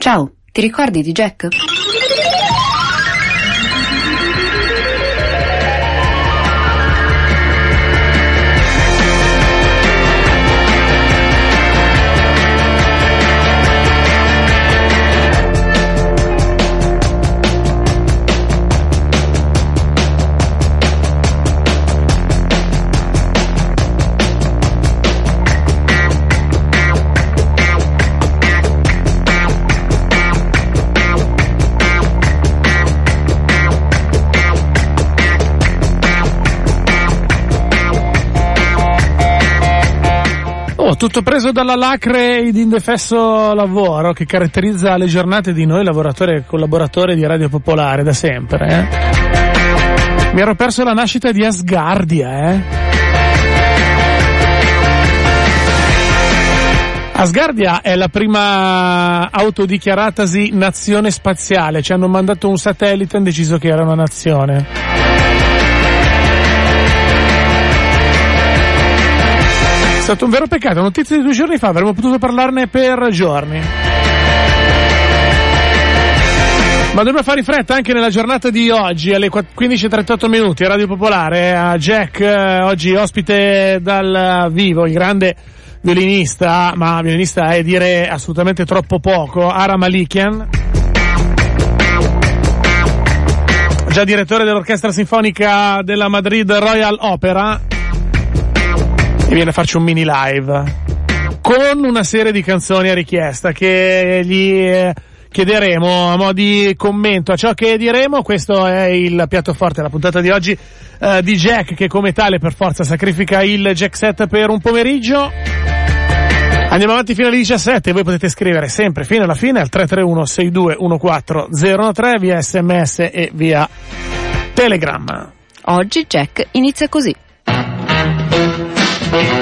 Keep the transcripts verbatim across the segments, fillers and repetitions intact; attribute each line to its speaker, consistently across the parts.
Speaker 1: Ciao, ti ricordi di Jack?
Speaker 2: Tutto preso dalla lacre ed indefesso lavoro che caratterizza le giornate di noi lavoratori e collaboratori di Radio Popolare da sempre. Eh? Mi ero perso la nascita di Asgardia. Eh? Asgardia è la prima autodichiaratasi nazione spaziale. Ci hanno mandato un satellite e hanno deciso che era una nazione. È stato un vero peccato, notizie di due giorni fa, avremmo potuto parlarne per giorni. Ma dobbiamo fare in fretta anche nella giornata di oggi, alle quindici e trentotto minuti, a Radio Popolare, a Jack, oggi ospite dal vivo, il grande violinista, ma violinista è dire assolutamente troppo poco, Aram Malikian, già direttore dell'Orchestra Sinfonica della Madrid Royal Opera, e viene a farci un mini live con una serie di canzoni a richiesta che gli chiederemo a mo' di commento a ciò che diremo. Questo è il piatto forte, la puntata di oggi eh, di Jack, che come tale per forza sacrifica il Jack set per un pomeriggio. Andiamo avanti fino alle diciassette, voi potete scrivere sempre fino alla fine al tre tre uno sei due uno quattro zero uno tre via sms e via Telegram.
Speaker 1: Oggi Jack inizia così.
Speaker 3: When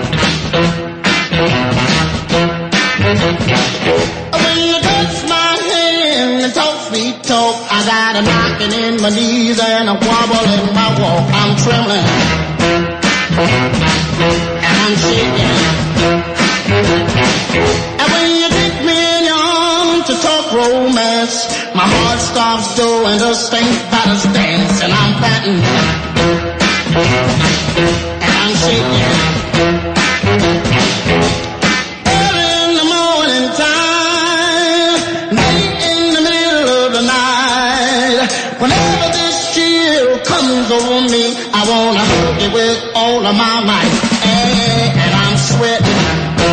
Speaker 3: you touch my hand and talk sweet talk, I got a knocking in my knees and a wobble in my walk. I'm trembling and I'm shaking. And when you take me in your arms to talk romance, my heart stops doing the stink by the stance, and I'm patting and I'm shaking. Early in the morning time, late in the middle of the night, whenever this chill comes over me, I wanna hug you with all of my might. Hey, and I'm sweating,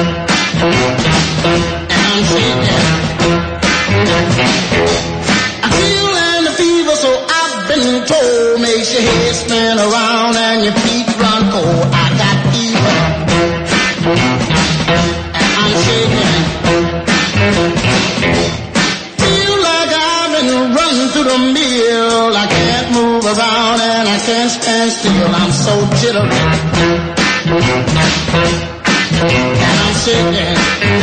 Speaker 3: and I'm shaking. I'm feeling the fever, so I've been told, makes your head spin around and your feet run cold. I got fever. I'm shaking. Feel like I've been running through the mill. I can't move around and I can't stand still. I'm so jittery. And I'm shaking.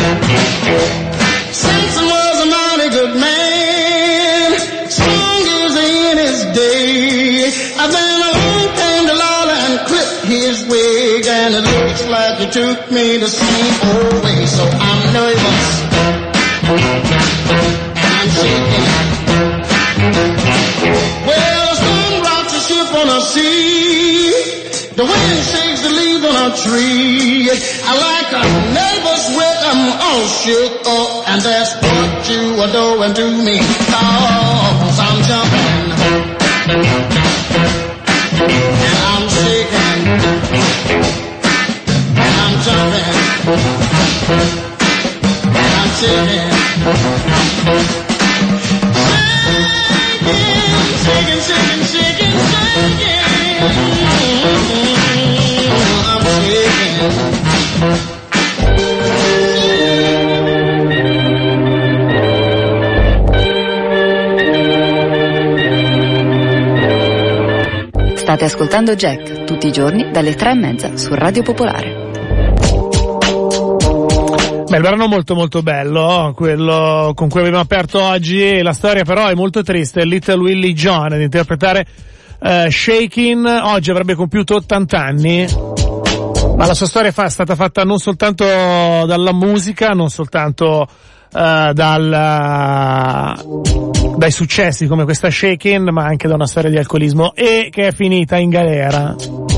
Speaker 3: Samson was a mighty good man, strong as in his day. I've been along came Delilah and clipped his wig, and it looks like you took me the same old way. So I'm nervous and I'm shaking. Well, the storm rocks a ship on a sea, the wind shakes the leaves on a tree. I like a nervous wreck, I'm all shook up, and that's what you are doing to me. Cause I'm jumping and I'm shaking, and I'm jumping, and I'm shaking, shaking, shaking, shaking, shaking, I'm shaking.
Speaker 1: State ascoltando Jack tutti i giorni dalle tre e mezza su Radio Popolare.
Speaker 2: Beh, il brano molto molto bello, quello con cui abbiamo aperto oggi. La storia però è molto triste. Little Willie John ad interpretare uh, Shakin'. Oggi avrebbe compiuto ottanta anni, ma la sua storia è stata fatta non soltanto dalla musica, non soltanto uh, dal, uh, dai successi come questa Shakin, ma anche da una storia di alcolismo, e che è finita in galera.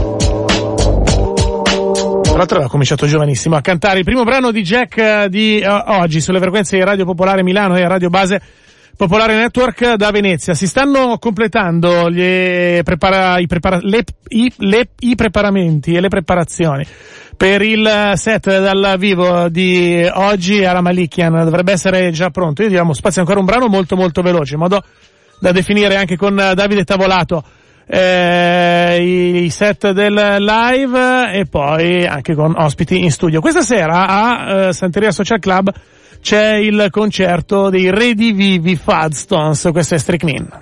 Speaker 2: Tra l'altro aveva cominciato giovanissimo a cantare. Il primo brano di Jack di uh, oggi sulle frequenze di Radio Popolare Milano e Radio Base Popolare Network da Venezia. Si stanno completando gli prepara, i, prepara, le, i, le, i preparamenti e le preparazioni per il set dal vivo di oggi. Ara Malikian dovrebbe essere già pronto. Io diamo spazio ancora un brano molto molto veloce, in modo da definire anche con Davide Tavolato Eh, i set del live e poi anche con ospiti in studio. Questa sera a eh, Santeria Social Club c'è il concerto dei Redivivi Fadstones. Questo è Strychnine.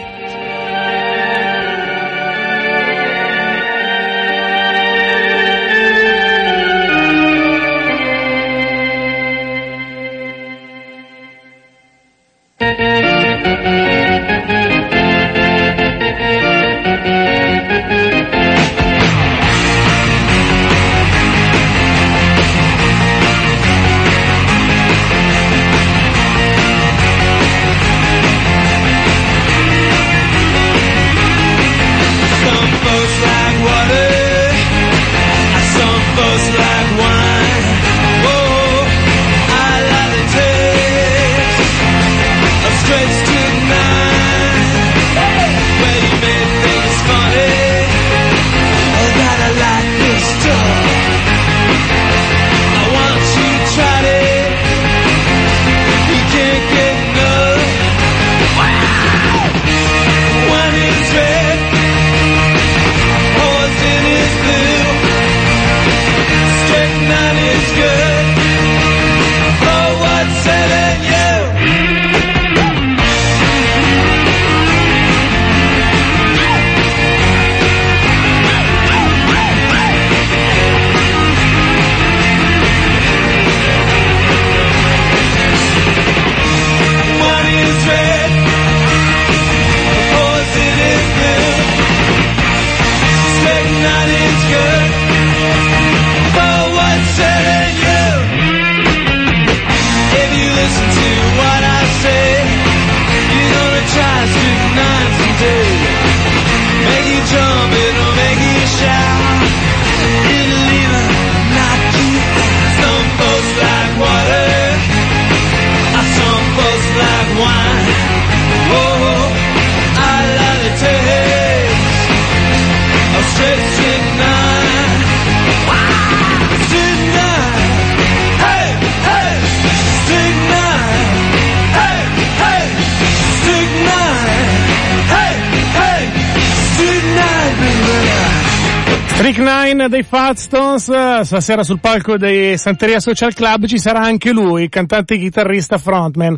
Speaker 2: Strychnine dei Fadstones. Stasera sul palco dei Santeria Social Club ci sarà anche lui, cantante, chitarrista, frontman,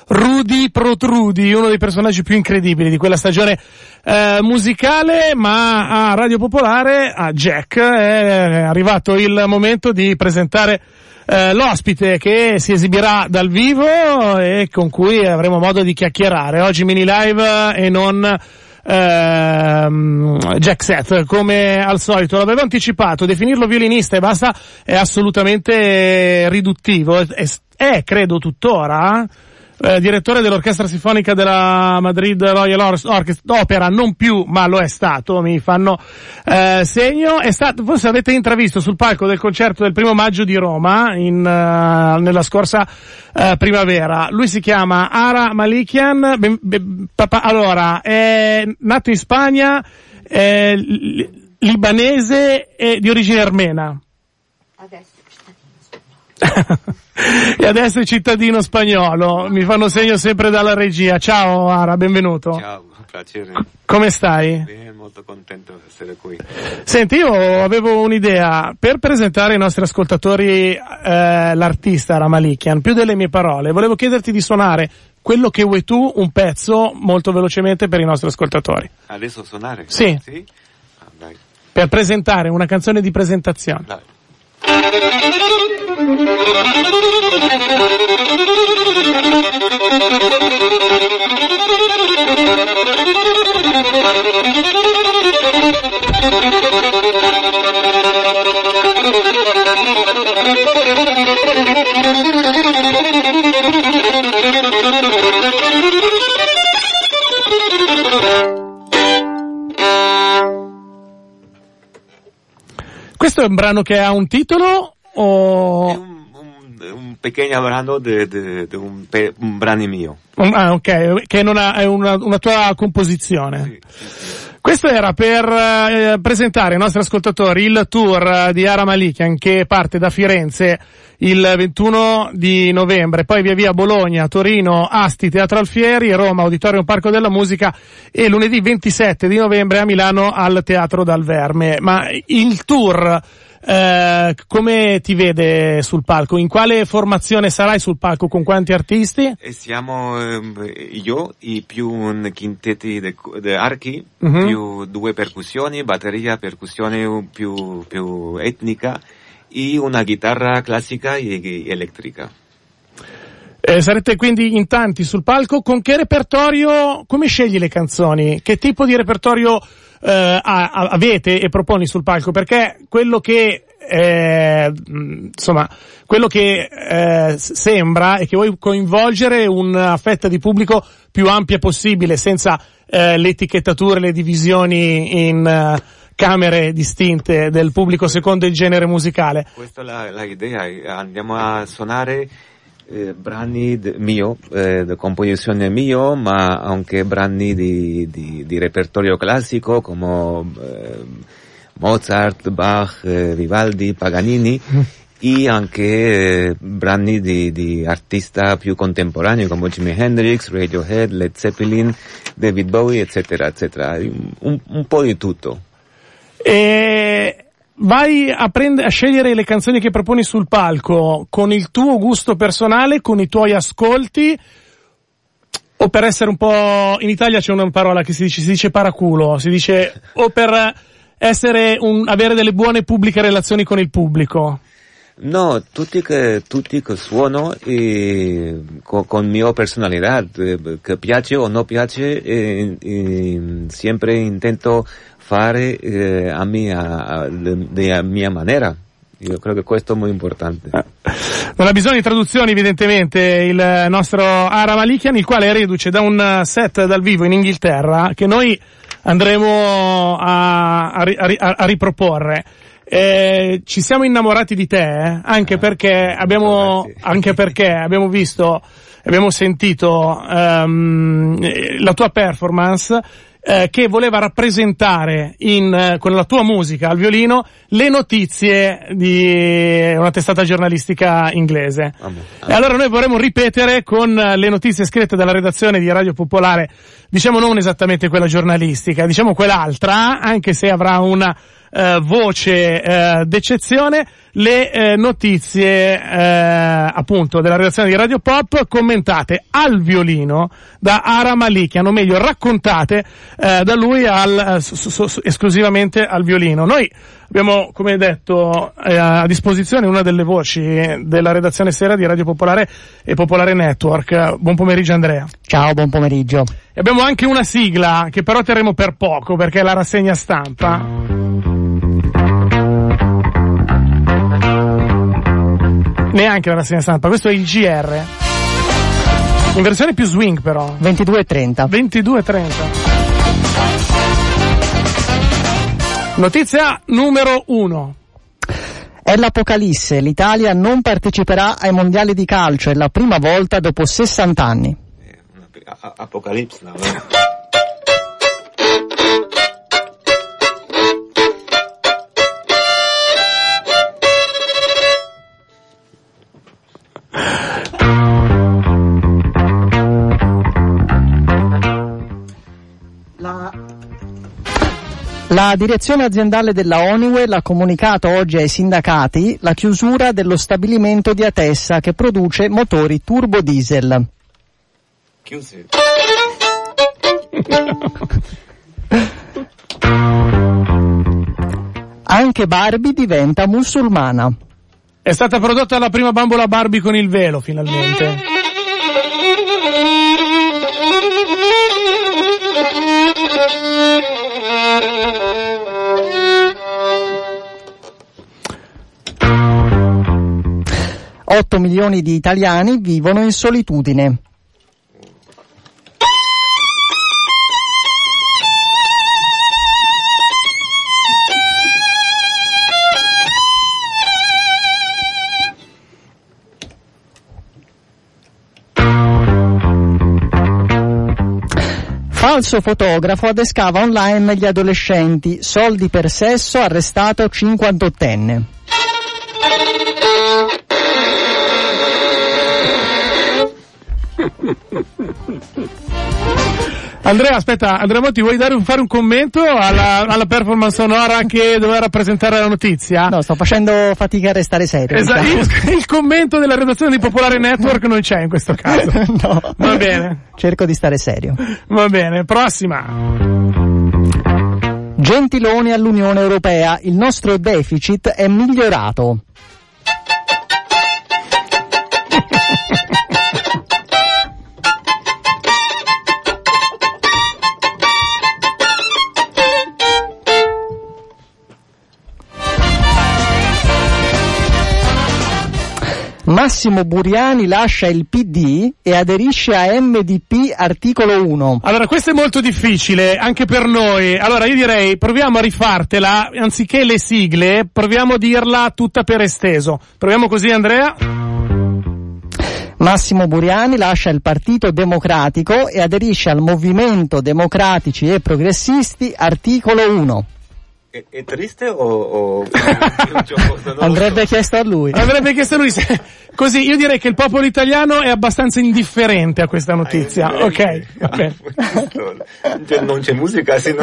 Speaker 2: Rudy Protrudy, uno dei personaggi più incredibili di quella stagione eh, musicale. Ma a Radio Popolare, a Jack, è arrivato il momento di presentare eh, l'ospite che si esibirà dal vivo e con cui avremo modo di chiacchierare. Oggi mini live e non Uh, Jack Set, come al solito. L'avevo anticipato, definirlo violinista e basta è assolutamente riduttivo. È, è credo tuttora eh, direttore dell'Orchestra Sinfonica della Madrid Royal Orchestra, opera non più, ma lo è stato, mi fanno eh, segno. È stato, forse avete intravisto sul palco del concerto del primo maggio di Roma in, uh, nella scorsa uh, primavera. Lui si chiama Ara Malikian. Ben, ben, papà, allora, è nato in Spagna, è libanese e di origine armena.
Speaker 4: Adesso
Speaker 2: e adesso è cittadino spagnolo. Mi fanno segno sempre dalla regia. Ciao Ara, benvenuto.
Speaker 5: Ciao, piacere.
Speaker 2: Come stai?
Speaker 5: Bene, molto contento di essere qui.
Speaker 2: Senti, io avevo un'idea per presentare ai nostri ascoltatori eh, l'artista Ara Malikian, più delle mie parole. Volevo chiederti di suonare quello che vuoi tu, un pezzo molto velocemente per i nostri ascoltatori.
Speaker 5: Adesso suonare?
Speaker 2: Sì.
Speaker 5: Sì? Ah, dai.
Speaker 2: Per presentare una canzone di presentazione.
Speaker 5: Dai.
Speaker 3: Thank you.
Speaker 2: Questo è un brano che ha un titolo o...
Speaker 5: È un, un, un piccolo brano di un, un brano mio.
Speaker 2: Ah, ok, che non ha, è una, una tua composizione.
Speaker 5: Sì, sì, sì.
Speaker 2: Questo era per eh, presentare ai nostri ascoltatori il tour di Ara Malikian, che parte da Firenze il ventuno di novembre, poi via via Bologna, Torino, Asti, Teatro Alfieri, Roma, Auditorium Parco della Musica e lunedì ventisette di novembre a Milano al Teatro Dal Verme. Ma il tour, eh, come ti vede sul palco? In quale formazione sarai sul palco? Con quanti artisti?
Speaker 5: E siamo eh, io e più un quintetti di archi,
Speaker 2: Mhm.
Speaker 5: più due percussioni, batteria, percussione più, più etnica e una chitarra classica e, e elettrica.
Speaker 2: Eh, sarete quindi in tanti sul palco. Con che repertorio, come scegli le canzoni? Che tipo di repertorio eh, a- a- avete e proponi sul palco? Perché quello che eh, mh, insomma, quello che eh, s- sembra è che vuoi coinvolgere una fetta di pubblico più ampia possibile, senza eh, le etichettature, le divisioni in eh, camere distinte del pubblico secondo il genere musicale.
Speaker 5: Questa è la, la idea, andiamo a suonare eh, brani de, mio, eh, di composizione mio, ma anche brani di, di, di repertorio classico come eh, Mozart, Bach, eh, Vivaldi, Paganini e anche eh, brani di, di artisti più contemporanei come Jimi Hendrix, Radiohead, Led Zeppelin, David Bowie, eccetera, eccetera, un, un po' di tutto.
Speaker 2: E vai a, prend- a scegliere le canzoni che proponi sul palco con il tuo gusto personale, con i tuoi ascolti, o per essere un po'... In Italia c'è una parola che si dice, si dice paraculo, si dice o per essere un, avere delle buone pubbliche relazioni con il pubblico.
Speaker 5: No, tutti che, tutti che suono e con, con mia personalità, eh, che piace o non piace, eh, eh, sempre intento fare eh, a mia, della mia maniera. Io credo che questo è molto importante.
Speaker 2: Non ha bisogno di traduzioni, evidentemente, il nostro Ara Malikian, il quale è reduce da un set dal vivo in Inghilterra che noi andremo a, a, a, a riproporre. Eh, ci siamo innamorati di te, eh? anche
Speaker 5: Ah,
Speaker 2: perché abbiamo,
Speaker 5: grazie.
Speaker 2: anche perché abbiamo visto, abbiamo sentito um, la tua performance eh, che voleva rappresentare in, eh, con la tua musica al violino le notizie di una testata giornalistica inglese.
Speaker 5: Amo, amo.
Speaker 2: E allora noi vorremmo ripetere con le notizie scritte dalla redazione di Radio Popolare, diciamo non esattamente quella giornalistica, diciamo quell'altra, anche se avrà una Uh, voce uh, d'eccezione, le uh, notizie uh, appunto della redazione di Radio Pop commentate al violino da Ara Malikian, o meglio raccontate uh, da lui al, uh, su, su, su, esclusivamente al violino. Noi abbiamo, come detto, uh, a disposizione una delle voci della redazione sera di Radio Popolare e Popolare Network. Buon pomeriggio Andrea.
Speaker 4: Ciao, buon pomeriggio.
Speaker 2: E abbiamo anche una sigla che però terremo per poco perché è la rassegna stampa. Neanche la rassegna stampa, questo è il G R. In versione più swing però.
Speaker 4: ventidue e trenta.
Speaker 2: ventidue e trenta. Notizia numero uno.
Speaker 4: È l'apocalisse, l'Italia non parteciperà ai mondiali di calcio, è la prima volta dopo sessanta anni.
Speaker 5: Apocalipsi, no?
Speaker 4: La direzione aziendale della Honeywell ha comunicato oggi ai sindacati la chiusura dello stabilimento di Atessa che produce motori turbodiesel.
Speaker 5: Chiusi.
Speaker 4: Anche Barbie diventa musulmana.
Speaker 2: È stata prodotta la prima bambola Barbie con il velo, finalmente.
Speaker 4: otto milioni di italiani vivono in solitudine. Falso fotografo adescava online gli adolescenti, soldi per sesso, arrestato cinquantottenne.
Speaker 2: Andrea, aspetta, Andrea Monti, vuoi dare un, fare un commento alla, alla performance sonora che doveva rappresentare la notizia?
Speaker 4: No, sto facendo fatica a restare serio.
Speaker 2: Esatto,
Speaker 4: diciamo.
Speaker 2: il, il commento della redazione di Popolare Network non c'è in questo caso.
Speaker 4: No.
Speaker 2: Va bene.
Speaker 4: Cerco di stare serio.
Speaker 2: Va bene, prossima.
Speaker 4: Gentiloni all'Unione Europea, il nostro deficit è migliorato. Massimo Buriani lascia il P D e aderisce a M D P articolo uno.
Speaker 2: Allora, questo è molto difficile anche per noi. Allora, io direi proviamo a rifartela, anziché le sigle, proviamo a dirla tutta per esteso. Proviamo così, Andrea?
Speaker 4: Massimo Buriani lascia il Partito Democratico e aderisce al Movimento Democratici e Progressisti articolo uno.
Speaker 5: È, è triste o... o...
Speaker 4: Andrebbe chiesto a lui.
Speaker 2: Andrebbe chiesto a lui. Così, io direi che il popolo italiano è abbastanza indifferente a questa notizia. Ah, ok, va bene.
Speaker 5: Non c'è musica, se no...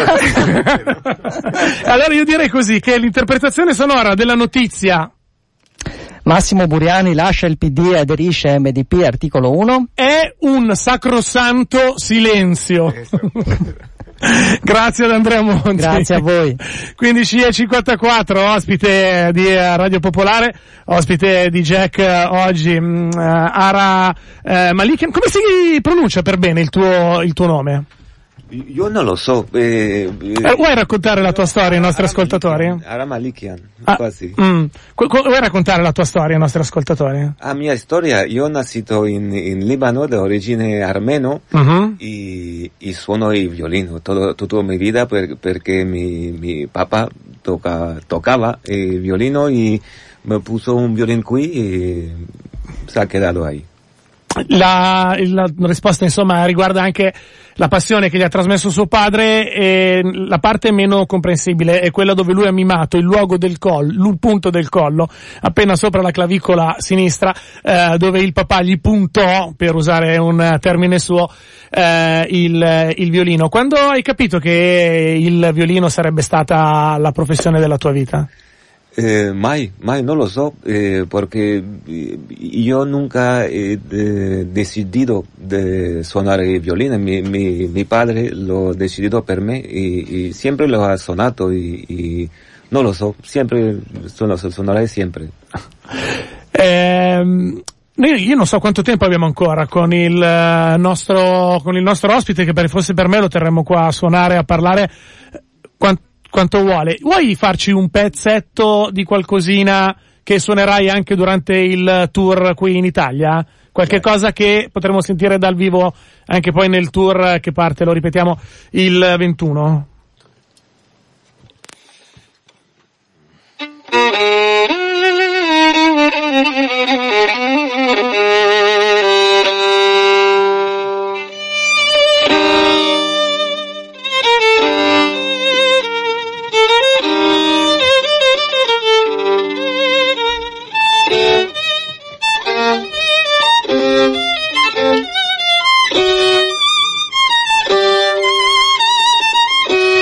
Speaker 2: Allora io direi così, che l'interpretazione sonora della notizia...
Speaker 4: Massimo Buriani lascia il P D e aderisce a M D P articolo uno.
Speaker 2: È un sacrosanto silenzio. Grazie ad Andrea Monti.
Speaker 4: Grazie a voi.
Speaker 2: quindici e cinquantaquattro, ospite di Radio Popolare, ospite di Jack oggi, uh, Ara uh, Malikian. Come si pronuncia per bene il tuo, il tuo nome?
Speaker 5: Io non lo so. Eh,
Speaker 2: eh, vuoi raccontare la tua storia ai nostri
Speaker 5: Ara
Speaker 2: ascoltatori?
Speaker 5: Malikian, Ara Malikian,
Speaker 2: ah,
Speaker 5: quasi.
Speaker 2: Mm. Qu- qu- vuoi raccontare la tua storia ai nostri ascoltatori?
Speaker 5: La mia storia, io nascito in, in Libano, di origine armeno,
Speaker 2: uh-huh.
Speaker 5: e, e suono il violino todo, tutta la mia vita per, perché mi, mi papà tocca, toccava il violino e mi puso un violino qui e si è quedato ahí.
Speaker 2: La, la risposta insomma riguarda anche la passione che gli ha trasmesso suo padre, e la parte meno comprensibile è quella dove lui ha mimato il luogo del collo, il punto del collo, appena sopra la clavicola sinistra, eh, dove il papà gli puntò, per usare un termine suo, eh, il, il violino. Quando hai capito che il violino sarebbe stata la professione della tua vita?
Speaker 5: Eh, mai, mai, non lo so, eh, perché io nunca he eh, decidido de suonare il violino, mi, mi, mi padre lo decidido per me e, e sempre lo ha suonato e, e non lo so, sempre suono, suonerai sempre.
Speaker 2: Ehm... Io non so quanto tempo abbiamo ancora con il nostro, con il nostro ospite, che per, fosse per me lo terremmo qua a suonare, a parlare quanto, quanto vuole. Vuoi farci un pezzetto di qualcosina che suonerai anche durante il tour qui in Italia? Qualche cosa che potremo sentire dal vivo anche poi nel tour che parte, lo ripetiamo, il ventuno?
Speaker 3: Thank you.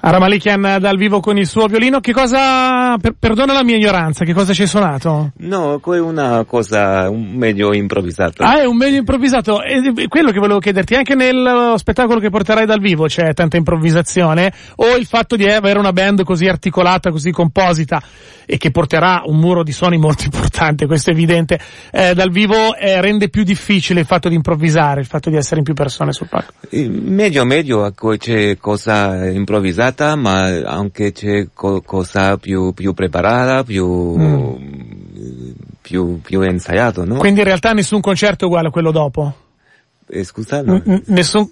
Speaker 2: Ara Malikian dal vivo con il suo violino. Che cosa, per, perdona la mia ignoranza, che cosa ci hai suonato?
Speaker 5: No, è una cosa un meglio improvvisato.
Speaker 2: Ah, è un meglio improvvisato. E quello che volevo chiederti, anche nello spettacolo che porterai dal vivo c'è tanta improvvisazione? O il fatto di avere una band così articolata, così composita, e che porterà un muro di suoni molto importante, questo è evidente, eh, dal vivo eh, rende più difficile il fatto di improvvisare, il fatto di essere in più persone sul palco?
Speaker 5: Meglio, meglio, c'è cosa improvvisata, ma anche c'è co- cosa più, più preparata, più, mm. più, più ensaiato, no?
Speaker 2: Quindi in realtà nessun concerto è uguale a quello dopo?
Speaker 5: Eh, scusa? No.
Speaker 2: N- nessun...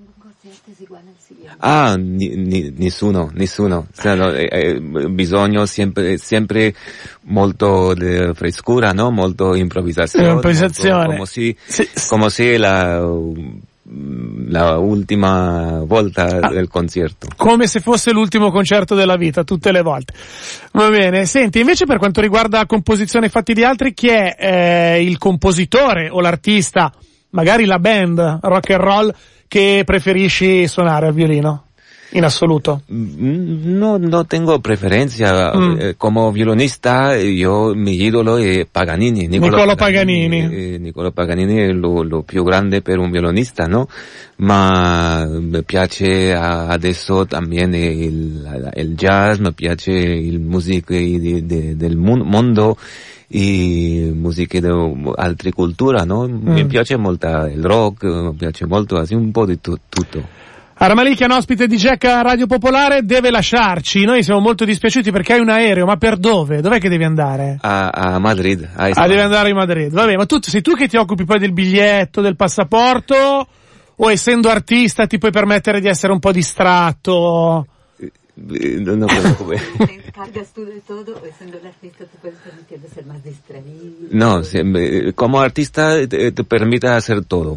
Speaker 5: Ah, ni, ni, nessuno, nessuno. Cioè, no, eh, eh, bisogno sempre, sempre molto de frescura, no? Molto improvvisazione.
Speaker 2: Improvvisazione.
Speaker 5: Molto, come si,
Speaker 2: sì.
Speaker 5: come se la, la ultima volta ah, del concerto.
Speaker 2: Come se fosse l'ultimo concerto della vita, tutte le volte. Va bene. Senti, invece per quanto riguarda composizione e fatti di altri, chi è eh, il compositore o l'artista, magari la band rock and roll, che preferisci suonare al violino? In assoluto?
Speaker 5: No, no tengo preferenza. Mm. Eh, come violinista, io mi idolo è Paganini.
Speaker 2: Niccolo, Niccolo Paganini.
Speaker 5: Paganini. Eh, Niccolo Paganini è lo, lo più grande per un violinista, no? Ma mi piace adesso también il, il jazz, mi piace il musica di, di, del mondo, e musiche di altre culture, no? Mm. Mi piace molto il rock, mi piace molto, assim, un po' di tu, tutto.
Speaker 2: Ara Malikian, ospite di Jack a Radio Popolare, deve lasciarci. Noi siamo molto dispiaciuti perché hai un aereo, ma per dove? Dov'è che devi andare?
Speaker 5: A, a Madrid. A
Speaker 2: ah, devi andare in Madrid. Vabbè, ma tu, sei tu che ti occupi poi del biglietto, del passaporto, o essendo artista ti puoi permettere di essere un po' distratto?
Speaker 5: No, no preocupes.
Speaker 6: ¿Cargas tú de todo o siendo el artista te puedes permitir de ser más distraído?
Speaker 5: No, se, como artista te, te permite hacer todo.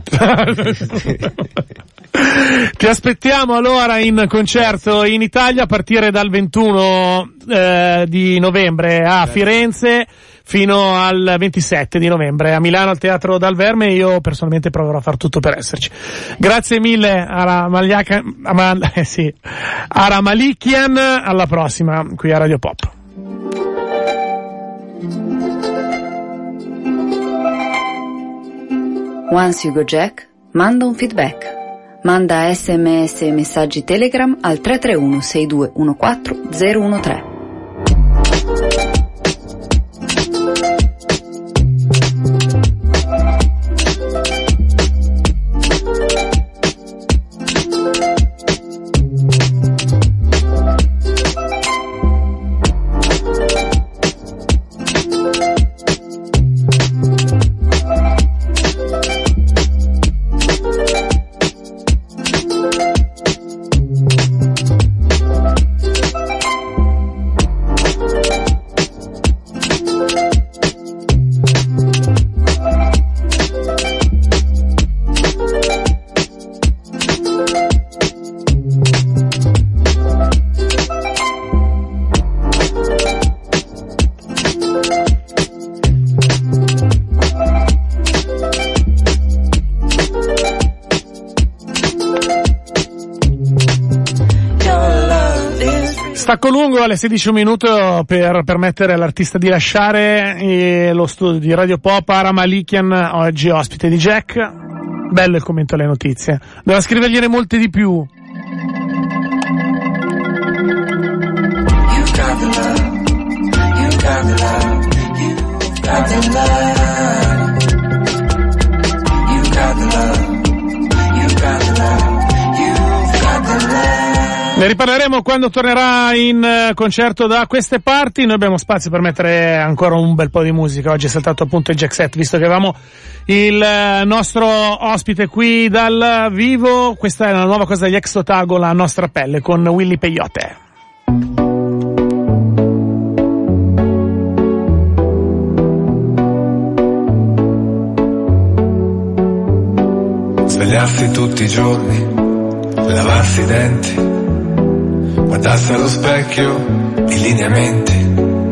Speaker 2: Ti aspettiamo allora in concerto in Italia a partire dal ventuno eh, di novembre a Firenze fino al ventisette di novembre a Milano al Teatro Dal Verme. Io personalmente proverò a far tutto per esserci. Grazie mille Ara Malikian, Ama, eh sì, Ara Malikian, alla prossima qui a Radio Pop.
Speaker 1: Once you go Jack, manda un feedback. Manda sms e messaggi Telegram al tre tre uno sei due uno quattro zero uno tre.
Speaker 2: Stacco lungo alle sedici un minuto per permettere all'artista di lasciare lo studio di Radio Pop. Ara Malikian oggi ospite di Jack. Bello il commento alle notizie, doveva scrivergliene molte di più. Ne riparleremo quando tornerà in uh, concerto da queste parti. Noi abbiamo spazio per mettere ancora un bel po' di musica. Oggi è saltato appunto il Jack Set, visto che avevamo il uh, nostro ospite qui dal vivo. Questa è la nuova cosa degli Ex Otago, La nostra pelle, con Willy Peyote.
Speaker 7: Svegliarsi tutti i giorni, lavarsi i denti, guardarsi allo specchio, i lineamenti,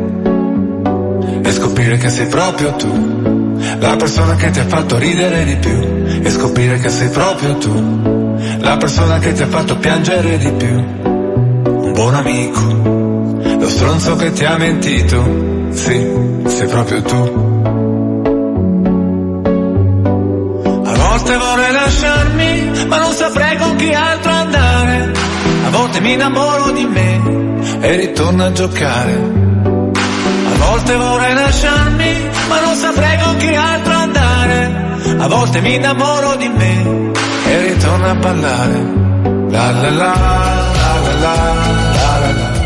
Speaker 7: e scoprire che sei proprio tu, la persona che ti ha fatto ridere di più, e scoprire che sei proprio tu, la persona che ti ha fatto piangere di più. Un buon amico, lo stronzo che ti ha mentito, sì, sei proprio tu. A volte vorrei lasciarmi, ma non saprei con chi altro andare. A volte mi innamoro di me e ritorno a giocare. A volte vorrei lasciarmi, ma non saprei con chi altro andare. A volte mi innamoro di me e ritorno a ballare. La la la, la la la, la la la.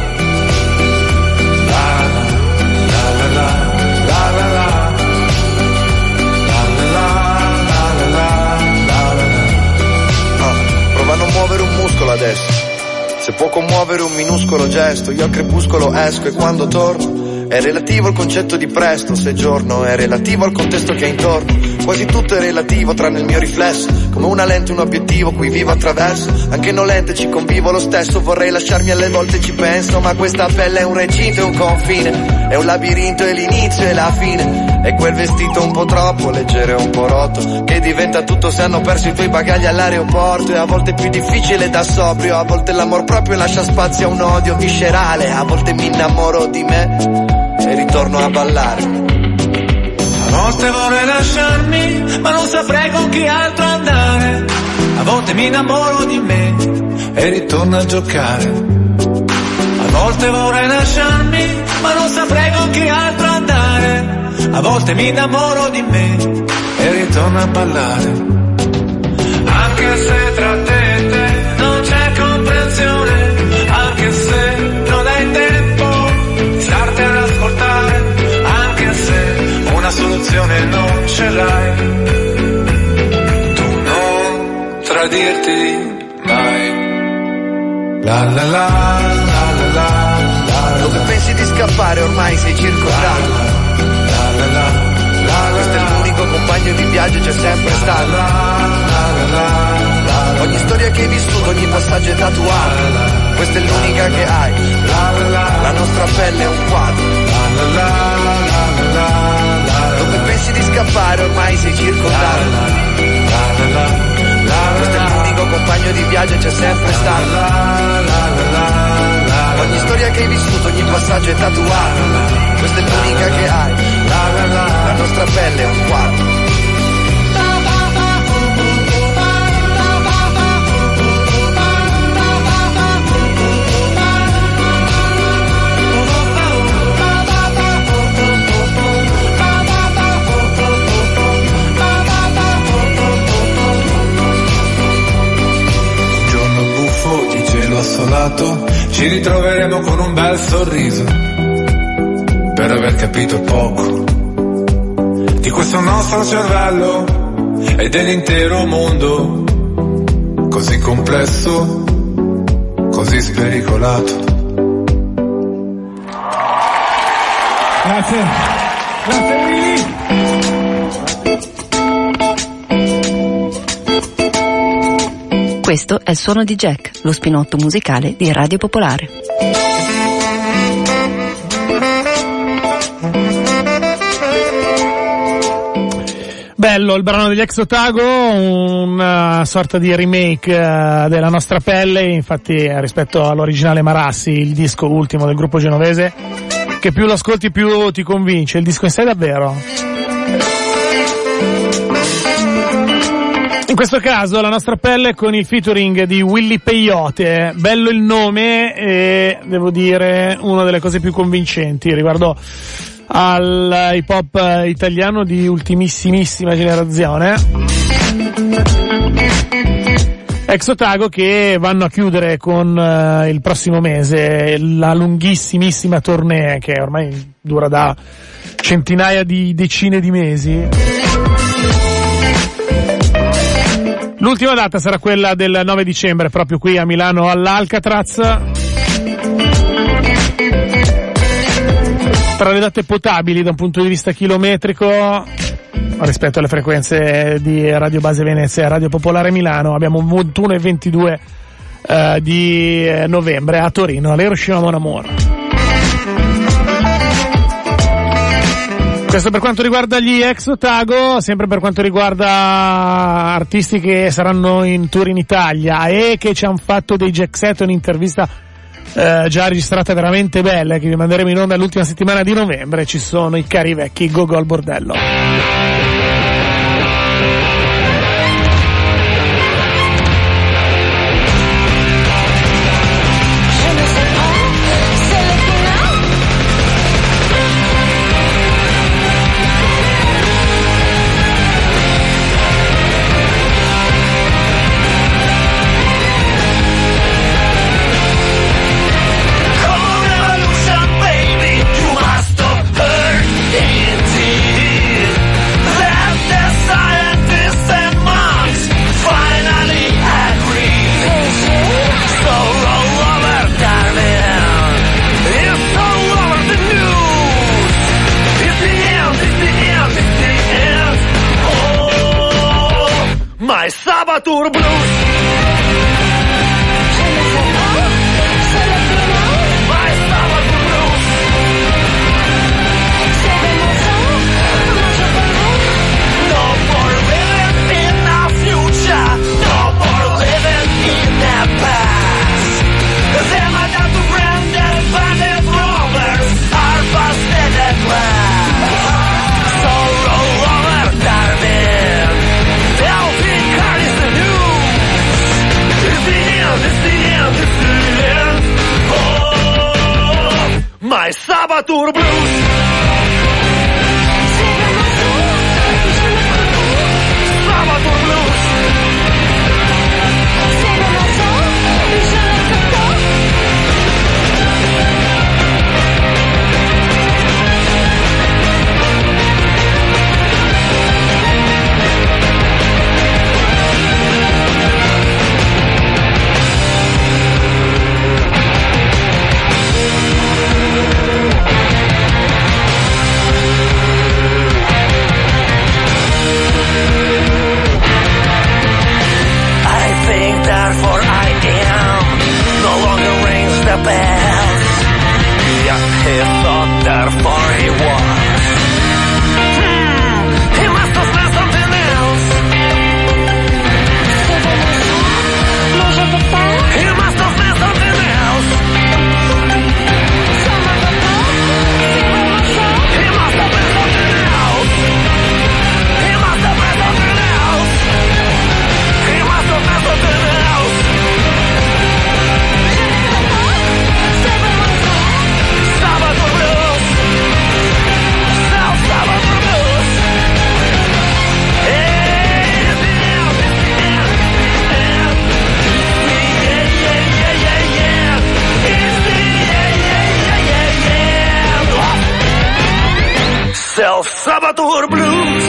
Speaker 7: La la la, la la la. La la la, la la la, la la.
Speaker 8: Ah, prova a non muovere un muscolo adesso. Se può commuovere un minuscolo gesto, io al crepuscolo esco e quando torno è relativo al concetto di presto, se giorno è relativo al contesto che è intorno. Quasi tutto è relativo tranne il mio riflesso, come una lente, un obiettivo cui vivo attraverso. Anche non lente ci convivo lo stesso, vorrei lasciarmi alle volte ci penso, ma questa pelle è un recinto e un confine, è un labirinto e l'inizio e la fine. E quel vestito un po' troppo leggero e un po' rotto, che diventa tutto se hanno perso i tuoi bagagli all'aeroporto. E a volte è più difficile da sobrio, a volte l'amor proprio lascia spazio a un odio viscerale. A volte mi innamoro di me e ritorno a ballare.
Speaker 7: A volte vorrei lasciarmi, ma non saprei con chi altro andare. A volte mi innamoro di me e ritorno a giocare. A volte vorrei lasciarmi, ma non saprei con chi altro andare. A volte mi innamoro di me e ritorno a ballare. Anche se tra te e te non c'è comprensione, anche se non hai tempo di starti ad ascoltare, anche se una soluzione non ce l'hai, tu non tradirti mai. La la la, la la la, la.
Speaker 8: Dove pensi di scappare ormai sei circondato.
Speaker 7: La la la, la la.
Speaker 8: Questo è l'unico compagno di viaggio, c'è sempre stato.
Speaker 7: La la la,
Speaker 8: ogni storia che hai vissuto, ogni passaggio è tatuato. Questa è l'unica che hai. La nostra pelle è un quadro. Dove pensi di scappare ormai sei circondato. Questo è l'unico compagno di viaggio, c'è sempre stato. Ogni storia che hai vissuto, ogni passaggio è tatuato. Questa è l'unica che hai. La nostra pelle è un quadro.
Speaker 7: Assolato, ci ritroveremo con un bel sorriso per aver capito poco di questo nostro cervello e dell'intero mondo così complesso, così spericolato.
Speaker 2: Grazie, grazie Willy.
Speaker 1: Questo è il suono di Jack, lo spinotto musicale di Radio Popolare.
Speaker 2: Bello il brano degli Ex Otago, una sorta di remake uh, della nostra pelle, infatti rispetto all'originale Marassi, il disco ultimo del gruppo genovese, che più lo ascolti più ti convince, il disco in sé davvero. In questo caso la nostra pelle con il featuring di Willy Peyote, bello il nome e devo dire una delle cose più convincenti riguardo al hip hop italiano di ultimissimissima generazione. Ex Otago che vanno a chiudere con uh, il prossimo mese la lunghissimissima tournée che ormai dura da centinaia di decine di mesi. L'ultima data sarà quella del nove dicembre, proprio qui a Milano all'Alcatraz. Tra le date potabili da un punto di vista chilometrico rispetto alle frequenze di Radio Base Venezia e Radio Popolare Milano, abbiamo un ventuno e ventidue eh, di novembre a Torino, all'Hiroshima Mon Amour. Questo per quanto riguarda gli Ex Otago, sempre per quanto riguarda artisti che saranno in tour in Italia e che ci hanno fatto dei jack set, un'intervista eh, già registrate veramente belle, che vi manderemo in onda l'ultima settimana di novembre. Ci sono i cari vecchi Go Go al bordello.
Speaker 9: Sabatur Blues. My Sabatur Blues. Sabatur Blues. Therefore I am, no longer rings the bells. Yet he thought, therefore he was. Hmm, he must have meant something else. He must have meant something else. He must have meant something else. He must have meant something else. He must have meant something else. Self Sabatur Blues.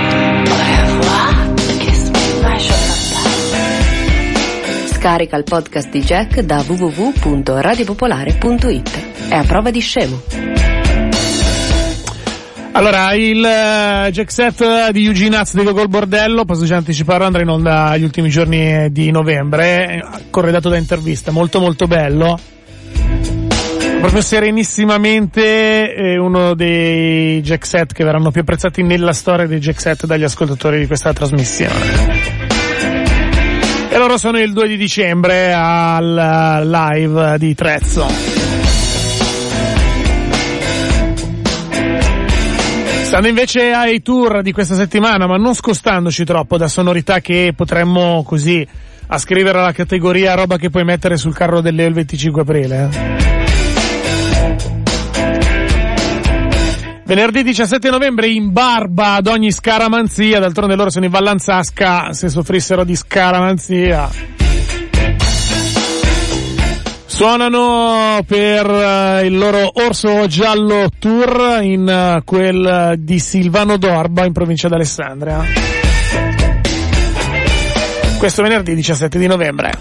Speaker 1: Scarica il podcast di Jack da w w w punto radiopopolare punto i t. È a prova di scemo.
Speaker 2: Allora, il uh, Jack Set di Eugene Hutz di Gogol Bordello, posso già anticiparlo, andrà in onda gli ultimi giorni di novembre, corredato da interviste, molto molto bello. Proprio serenissimamente è uno dei Jack Set che verranno più apprezzati nella storia dei Jack Set dagli ascoltatori di questa trasmissione. E loro sono il due di dicembre al live di Trezzo. Stando invece ai tour di questa settimana, ma non scostandoci troppo da sonorità che potremmo così ascrivere alla categoria roba che puoi mettere sul carro del Leo il venticinque aprile. Eh? Venerdì diciassette novembre in barba ad ogni scaramanzia, d'altronde loro sono in Vallanzasca, se soffrissero di scaramanzia. Suonano per uh, il loro Orso Giallo Tour in uh, quel uh, di Silvano d'Orba in provincia d'Alessandria. Questo venerdì diciassette di novembre.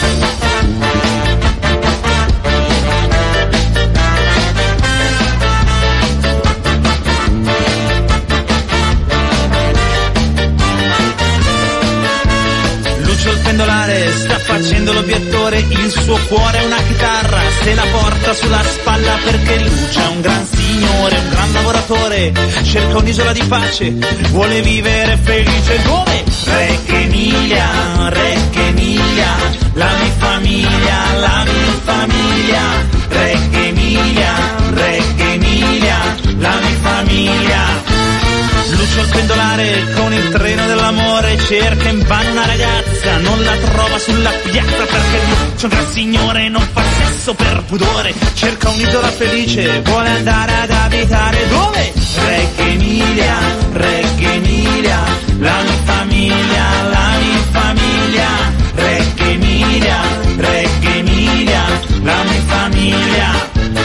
Speaker 10: Sta facendo l'obiettore, il suo cuore è una chitarra, se la porta sulla spalla perché Lucio è un gran signore, un gran lavoratore, cerca un'isola di pace, vuole vivere felice dove? Reggio Emilia, Reggio Emilia, la mia famiglia, la mia famiglia, cerca invano una ragazza, non la trova sulla piazza perché c'è un gran signore, non fa sesso per pudore, cerca un'isola felice, vuole andare ad abitare dove? Reggio Emilia, Reggio Emilia, la mia famiglia, la mia famiglia, Reggio Emilia, Reggio Emilia, la mia famiglia.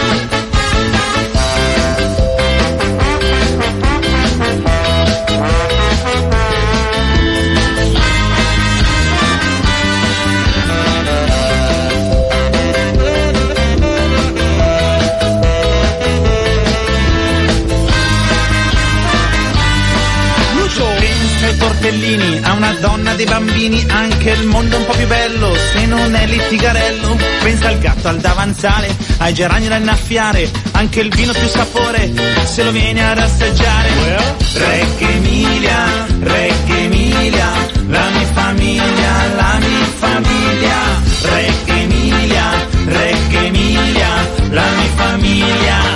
Speaker 10: Tortellini, a una donna dei bambini, anche il mondo è un po' più bello se non è litigarello. Pensa al gatto al davanzale, ai gerani da innaffiare, anche il vino più sapore se lo vieni ad assaggiare. Reggio Emilia, Reggio Emilia, la mia famiglia, la mia famiglia, Reggio Emilia, Reggio Emilia, la mia famiglia.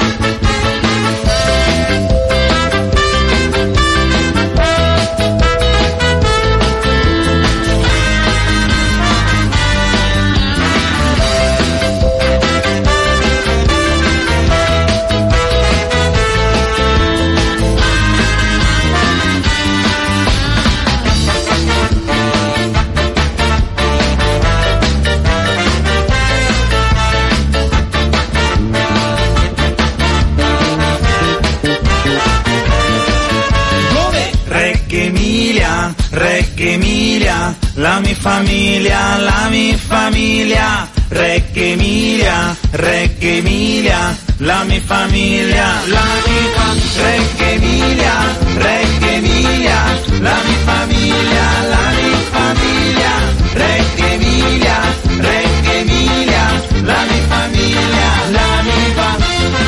Speaker 10: Reggio Emilia, la mia famiglia, la mia famiglia, Reggio Emilia, Reggio Emilia, la mia famiglia, la mia famiglia, Reggio Emilia, Reggio Emilia, la mia famiglia, la mia famiglia, Reggio Emilia, Reggio Emilia, la mia famiglia, la mia famiglia.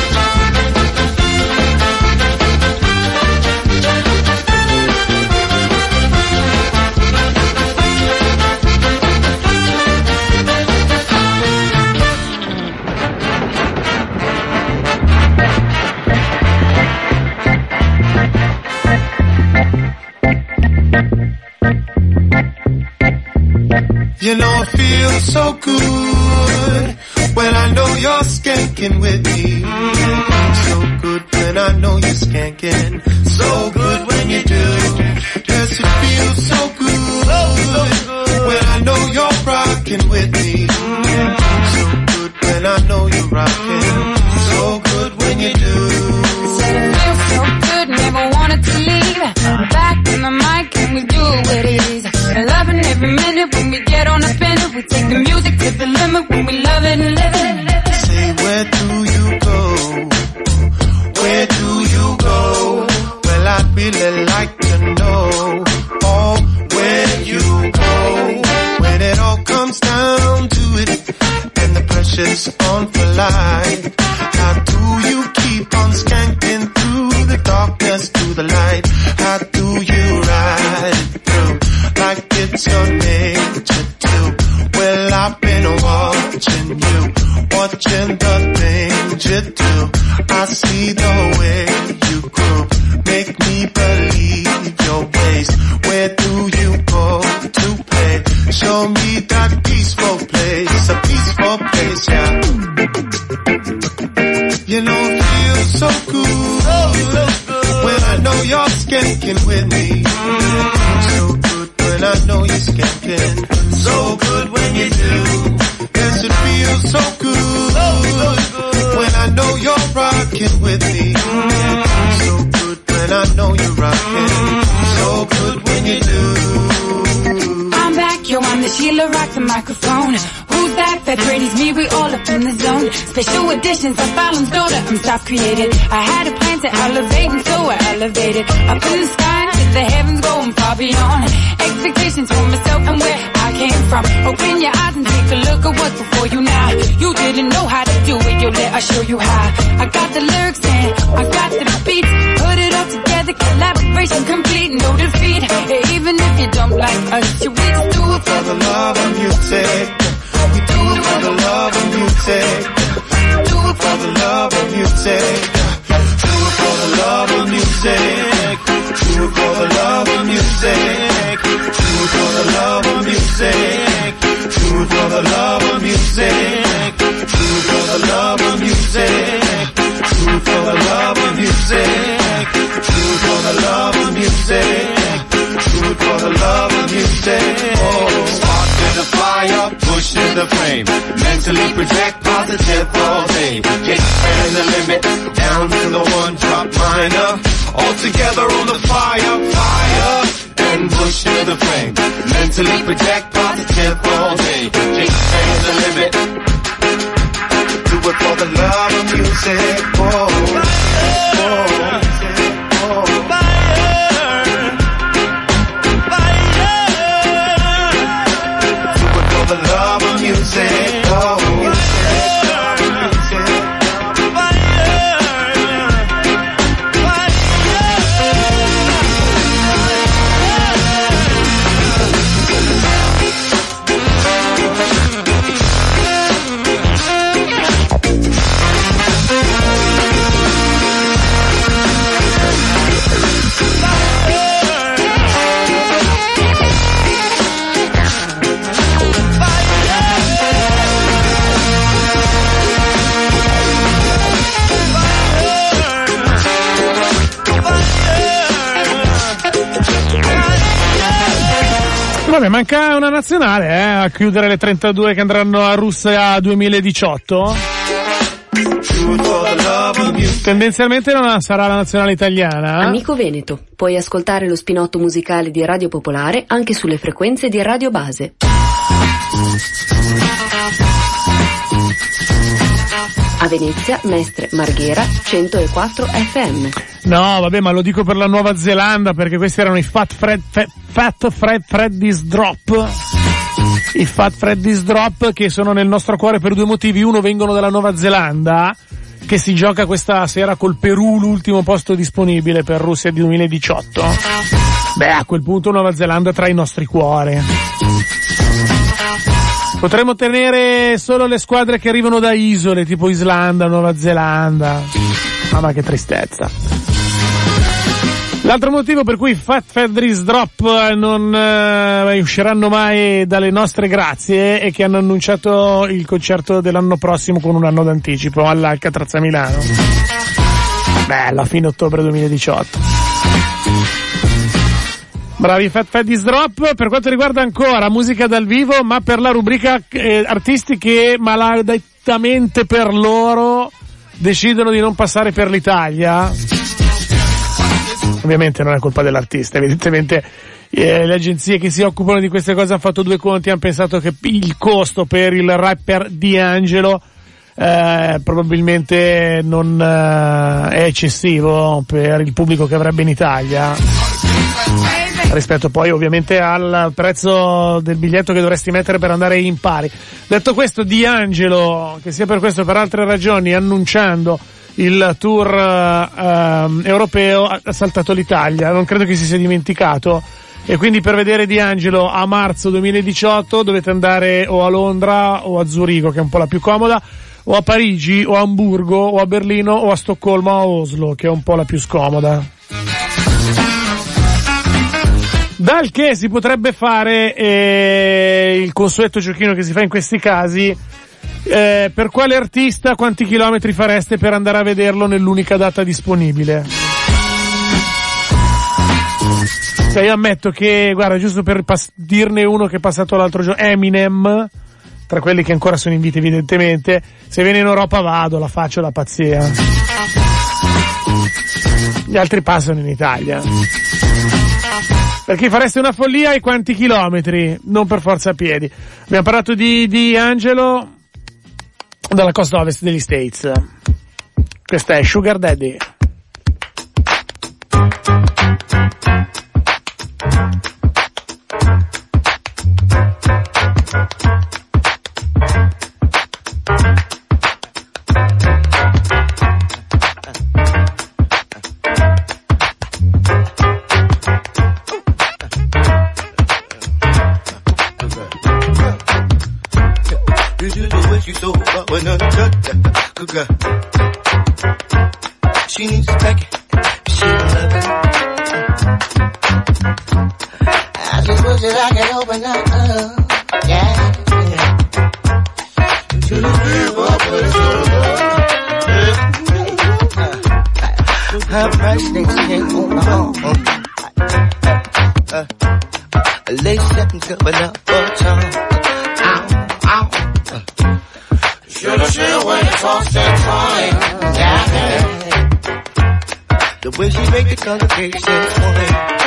Speaker 11: You know it feels so good when I know you're skanking with me. So good when I know you're skanking. So good when you do. Yes, it feels so good when I know you're rocking with me. So good when I know you're rocking. So good when you do.
Speaker 12: Said it feels so good, never wanted to leave. Back in the mic and we do what it is. Loving every minute when we get on a spinner. We take the music to the limit when we love it and live it.
Speaker 11: Say, where do you go? Where do you go? Well, I'd really like to know. Oh, where you go? When it all comes down to it and the pressure's on for life, how do you keep on skanking through the darkness to the light? How do you ride it through like it's your nature too? Well, I've been watching you, watching the things you do. I see the way you groove, make me believe your ways. Where do you go to play? Show me that peaceful place, a peaceful place, yeah. You know it feels so good when I know you're skanking with me. So good when I know you're skanking. So good when you do. Yes, it feels so good when I know you're rocking with me. So good when I know you're rocking. So good when you do.
Speaker 12: I'm back, yo, I'm the Sheila Rock the microphone. Who's that? That Brady's me, we all up in the zone. Special editions of Balaam's daughter, I'm self-created. I had a plan to elevate and so I elevated. Up in the sky, to the heavens going far beyond. Expectations for myself and where I came from. Open your eyes and take a look at what's before you now. You didn't know how to do it, yo, let us show you how. I got the lyrics and I got the beats. Put it all together, collaboration complete, no defeat. Even if you don't like us, you we just do it for the love of music. We do it for the love of music. Do it for the love of music. Do it for the love of music. Do it for the love of music.
Speaker 11: the flame. Mentally project positive all day. Expand the limit down to the one drop minor. All together on the fire, fire, and push to the flame. Mentally project positive all day. Expand the limit. Do it for the love of music. Oh, oh, oh. The love of music, oh,
Speaker 2: Vabbè, manca una nazionale, eh, a chiudere le trentadue che andranno a Russia duemiladiciotto. Tendenzialmente non sarà la nazionale italiana.
Speaker 13: Amico Veneto, puoi ascoltare lo spinotto musicale di Radio Popolare anche sulle frequenze di Radio Base. A Venezia, Mestre, Marghera, centoquattro F M.
Speaker 2: No, vabbè, ma lo dico per la Nuova Zelanda, perché questi erano i Fat Fred, Fat, Fat Fred Freddy's Drop. I Fat Freddy's Drop, che sono nel nostro cuore per due motivi. Uno, vengono dalla Nuova Zelanda, che si gioca questa sera col Perù, l'ultimo posto disponibile per Russia duemiladiciotto. Beh, a quel punto Nuova Zelanda tra i nostri cuori. Potremmo tenere solo le squadre che arrivano da isole, tipo Islanda, Nuova Zelanda. Mamma, che tristezza. L'altro motivo per cui Fat Freddy's Drop non eh, usciranno mai dalle nostre grazie è che hanno annunciato il concerto dell'anno prossimo con un anno d'anticipo all'Alcatraz a Milano. Bella, a fine ottobre duemiladiciotto. Bravi Fat Freddy's Drop. Per quanto riguarda ancora musica dal vivo, ma per la rubrica eh, artisti che maledettamente per loro decidono di non passare per l'Italia. Ovviamente non è colpa dell'artista, evidentemente eh, le agenzie che si occupano di queste cose hanno fatto due conti, hanno pensato che il costo per il rapper D'Angelo eh, probabilmente non eh, è eccessivo per il pubblico che avrebbe in Italia, rispetto poi ovviamente al prezzo del biglietto che dovresti mettere per andare in pari. Detto questo, D'Angelo, che sia per questo o per altre ragioni, annunciando il tour uh, europeo, ha saltato l'Italia, non credo che si sia dimenticato, e quindi per vedere D'Angelo a marzo duemiladiciotto dovete andare o a Londra o a Zurigo, che è un po' la più comoda, o a Parigi o a Amburgo o a Berlino o a Stoccolma o a Oslo, che è un po' la più scomoda. Dal che si potrebbe fare eh, il consueto giochino che si fa in questi casi. Eh, per quale artista quanti chilometri fareste per andare a vederlo nell'unica data disponibile? Cioè, io ammetto che, guarda, giusto per pas- dirne uno che è passato l'altro giorno, Eminem, tra quelli che ancora sono in vita evidentemente, se viene in Europa vado, la faccio la pazzia. Gli altri passano in Italia. Perché fareste una follia ai quanti chilometri? Non per forza a piedi. Abbiamo parlato di D'Angelo dalla costa ovest degli States. Questa è Sugar Daddy.
Speaker 3: She needs to take it. She love it. I just wish that I could open up. Uh, yeah, yeah. To the people, but it's over. Her price next came on the home. Uh, a lace second coming up for time. Ow, ow.
Speaker 11: concentrate. Yeah. The way she make the congregation sway.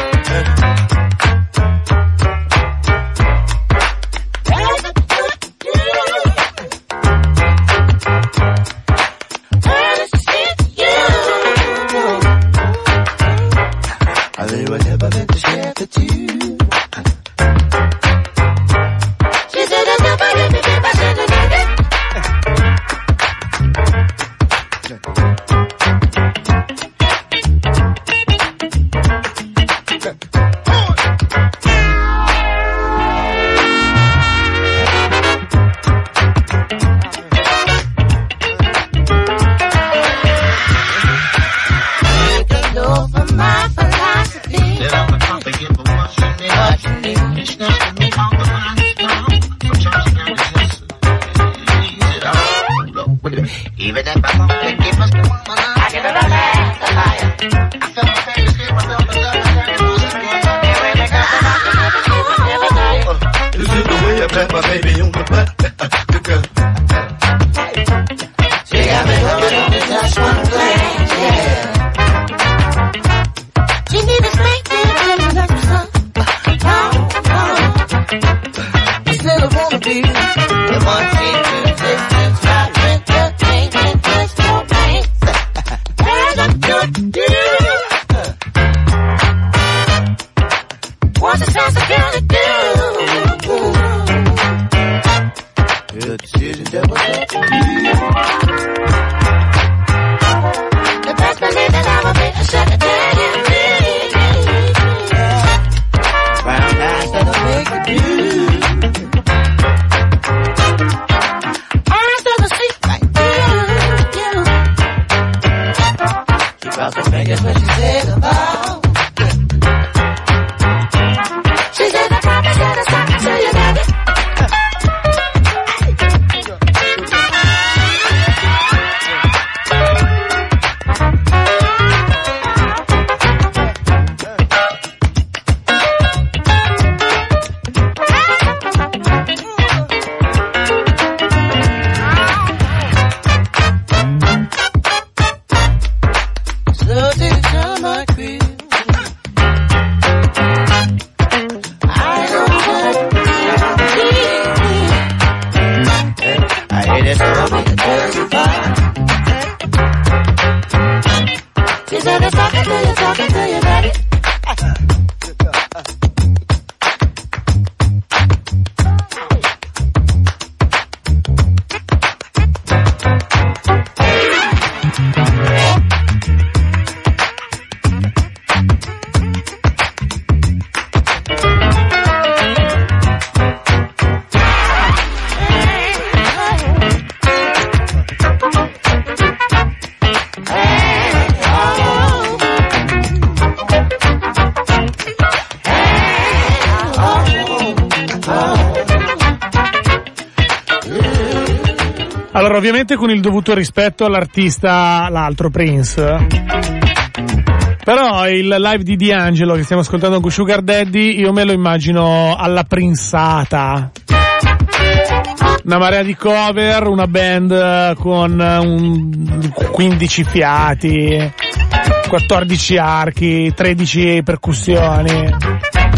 Speaker 11: They were never meant to share the two. She said I'm never let me get my shit together.
Speaker 9: Even if I don't think it must be one, I give it a last, a liar. I feel my fingers get myself a double,
Speaker 11: This is the way I pat my baby on the butt. Good girl. She got me hooking on the just one glance, yeah. She need a spank and like the sun. Oh, oh. I still wanna be the one team to distance, right with the pain and just for pain. As I could do. What's the chance I gotta do? Good decision, that was up to you. The best believe that I will be a second day. Round eyes that'll make you do. Eyes that'll see like you. She dropped her fingers when she said about. She said I promise that it's not until you get it.
Speaker 2: Allora, ovviamente con il dovuto rispetto all'artista, l'altro Prince, però il live di D'Angelo che stiamo ascoltando con Sugar Daddy io me lo immagino alla Prinzata, una marea di cover, una band con un quindici fiati, quattordici archi, tredici percussioni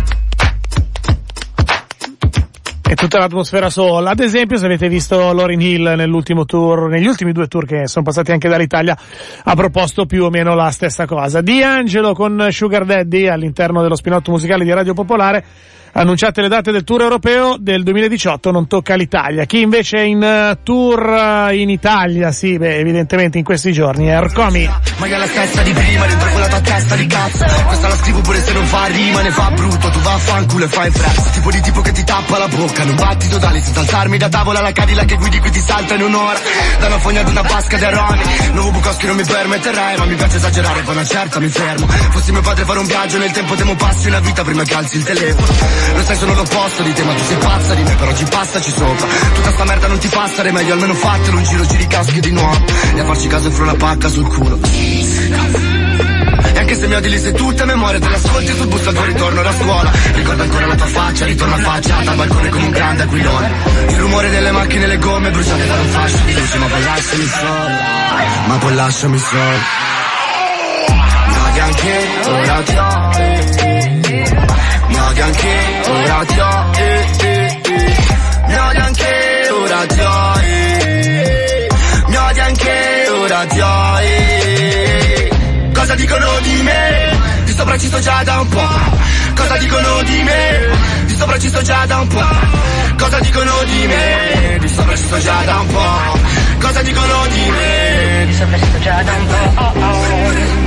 Speaker 2: e tutta l'atmosfera soul. Ad esempio, se avete visto Lauryn Hill nell'ultimo tour, negli ultimi due tour che sono passati anche dall'Italia, ha proposto più o meno la stessa cosa. D'Angelo con Sugar Daddy all'interno dello spinotto musicale di Radio Popolare. Annunciate le date del tour europeo del duemiladiciotto, non tocca l'Italia. Chi invece è in tour in Italia, sì, beh, evidentemente in questi giorni è Ercomi.
Speaker 14: Ma che la stessa di prima, dentro quella tua testa di cazzo. Questa la scrivo pure se non fa rima, ne fa brutto, tu va a fanculo e fai in fretta. Tipo di tipo che ti tappa la bocca, non batti totali senza alzarmi da tavola, la Cadillac che guidi qui ti salta in un'ora. Da una fogna ad una vasca di aromi, nuovo Bukowski non mi permetterai, ma mi piace esagerare, poi una certa mi fermo. Fossi mio padre fare un viaggio nel tempo, temo passi una vita prima che alzi il telefono. Lo sai sono l'opposto di te, ma tu sei pazza di me, però ci passaci sopra. Tutta sta merda non ti fa stare meglio, almeno fatelo un giro, giri caschi di nuovo. E a farci caso fra una pacca sul culo. E Anche se mi odi li sei tutte a memoria, te l'ascolti sul bus al tuo ritorno da scuola. Ricordo ancora la tua faccia, ritorno affacciata al balcone come un grande aquilone. Il rumore delle macchine e le gomme bruciate da un fascio di luce, ma poi lasciami solo, ma poi lasciami solo. No, che anche ora ti ho, eh, eh. No, che anche ora ti ho, eh, eh, eh. No, che anche ora ti ho, eh. No, che anche ora ti ho, eh. Cosa dicono di me? Di sopra ci sto già da un po'. Cosa dicono di me? Di sopra ci sto già da un po'. Cosa dicono di me? Di sopra ci sto già da un po'. Cosa dicono di me? Di sopra ci sto già da un po'. Oh, oh.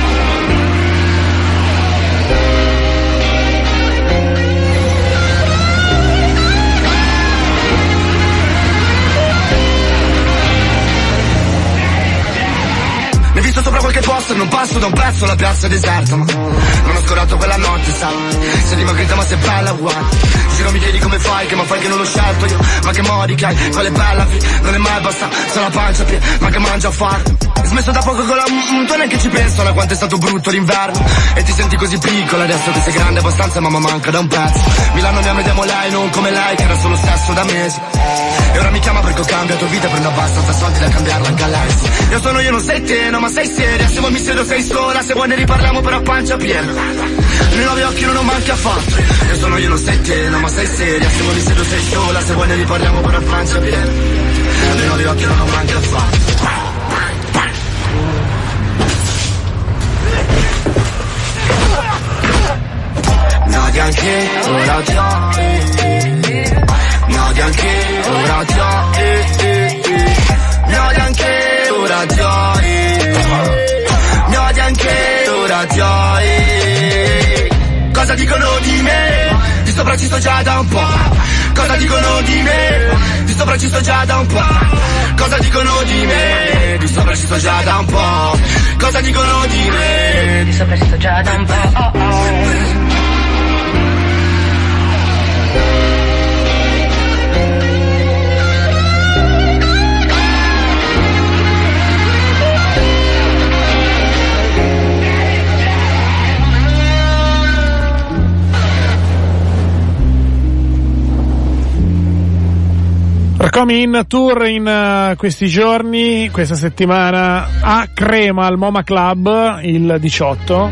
Speaker 14: Mi ho visto sopra qualche posto, non passo da un pezzo, la piazza è deserta, ma non ho scorato quella notte, sai. Sei dimagrita ma sei bella uguale. Giro mi chiedi come fai, che ma fai che non l'ho scelto io. Ma che modi che hai, quale bella fi, non è mai basta, solo la pancia piena, ma che mangia a farlo. Hai smesso da poco con la mm, tu neanche ci penso a quanto è stato brutto l'inverno. E ti senti così piccola adesso che sei grande abbastanza, mamma manca da un pezzo. Milano mi amiamo lei, non come lei che era solo stesso da mesi. E ora mi chiama perché ho cambiato vita, prendo abbastanza soldi da cambiarla anche a lei. Io sono io, non sei te, no ma sei seria. Se vuoi mi siedo sei sola, se vuoi ne riparliamo però a pancia piena. Nei nuovi occhi non ho manchi affatto. Io sono io, non sei te, no ma sei seria. Se vuoi mi siedo sei sola, se vuoi ne riparliamo però a pancia piena. Nei nuovi occhi non ho manchi affatto. No, che anche ora ti ho, eh, eh. No, che anche ora ti ho, eh, eh, eh. No, che anche ora ti ho, eh. No, che anche ora ti ho, eh. Cosa dicono di me? Di sopra ci sto già da un po'. Cosa dicono di me? Di sopra ci sto già da un po'. Cosa dicono di me? Di sopra ci sto già da un po'. Cosa dicono di me? Di sopra ci sto già da un po'. Oh, oh.
Speaker 2: Raccomi in tour in uh, questi giorni, questa settimana a Crema al MoMA Club il diciotto.